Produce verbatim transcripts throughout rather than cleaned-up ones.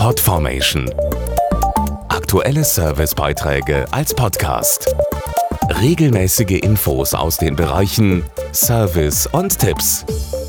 Podformation. Aktuelle Servicebeiträge als Podcast. Regelmäßige Infos aus den Bereichen Service und Tipps.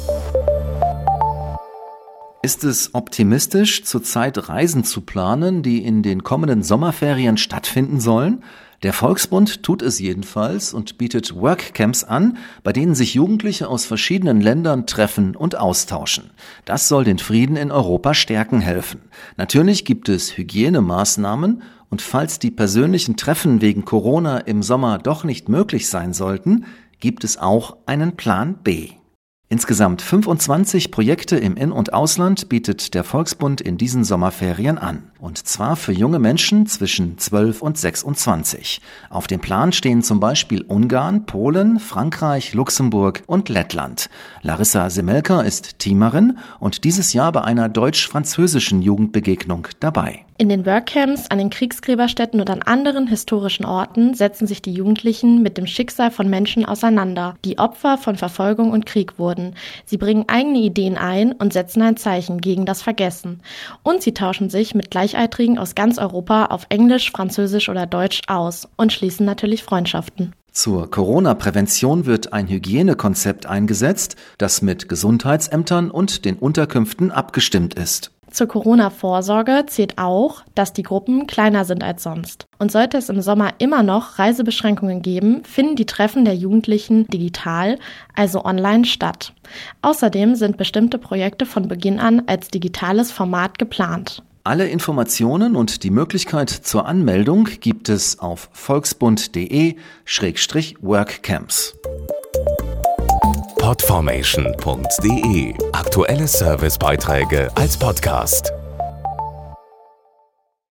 Ist es optimistisch, zurzeit Reisen zu planen, die in den kommenden Sommerferien stattfinden sollen? Der Volksbund tut es jedenfalls und bietet Workcamps an, bei denen sich Jugendliche aus verschiedenen Ländern treffen und austauschen. Das soll den Frieden in Europa stärken helfen. Natürlich gibt es Hygienemaßnahmen und falls die persönlichen Treffen wegen Corona im Sommer doch nicht möglich sein sollten, gibt es auch einen Plan B. Insgesamt fünfundzwanzig Projekte im In- und Ausland bietet der Volksbund in diesen Sommerferien an. Und zwar für junge Menschen zwischen zwölf und sechsundzwanzig. Auf dem Plan stehen zum Beispiel Ungarn, Polen, Frankreich, Luxemburg und Lettland. Larissa Semelka ist Teamerin und dieses Jahr bei einer deutsch-französischen Jugendbegegnung dabei. In den Workcamps an den Kriegsgräberstätten und an anderen historischen Orten setzen sich die Jugendlichen mit dem Schicksal von Menschen auseinander, die Opfer von Verfolgung und Krieg wurden. Sie bringen eigene Ideen ein und setzen ein Zeichen gegen das Vergessen. Und sie tauschen sich mit Gleichaltrigen aus ganz Europa auf Englisch, Französisch oder Deutsch aus und schließen natürlich Freundschaften. Zur Corona-Prävention wird ein Hygienekonzept eingesetzt, das mit Gesundheitsämtern und den Unterkünften abgestimmt ist. Zur Corona-Vorsorge zählt auch, dass die Gruppen kleiner sind als sonst. Und sollte es im Sommer immer noch Reisebeschränkungen geben, finden die Treffen der Jugendlichen digital, also online, statt. Außerdem sind bestimmte Projekte von Beginn an als digitales Format geplant. Alle Informationen und die Möglichkeit zur Anmeldung gibt es auf volksbund.de Schrägstrich Workcamps. Podformation punkt de. Aktuelle Servicebeiträge als Podcast.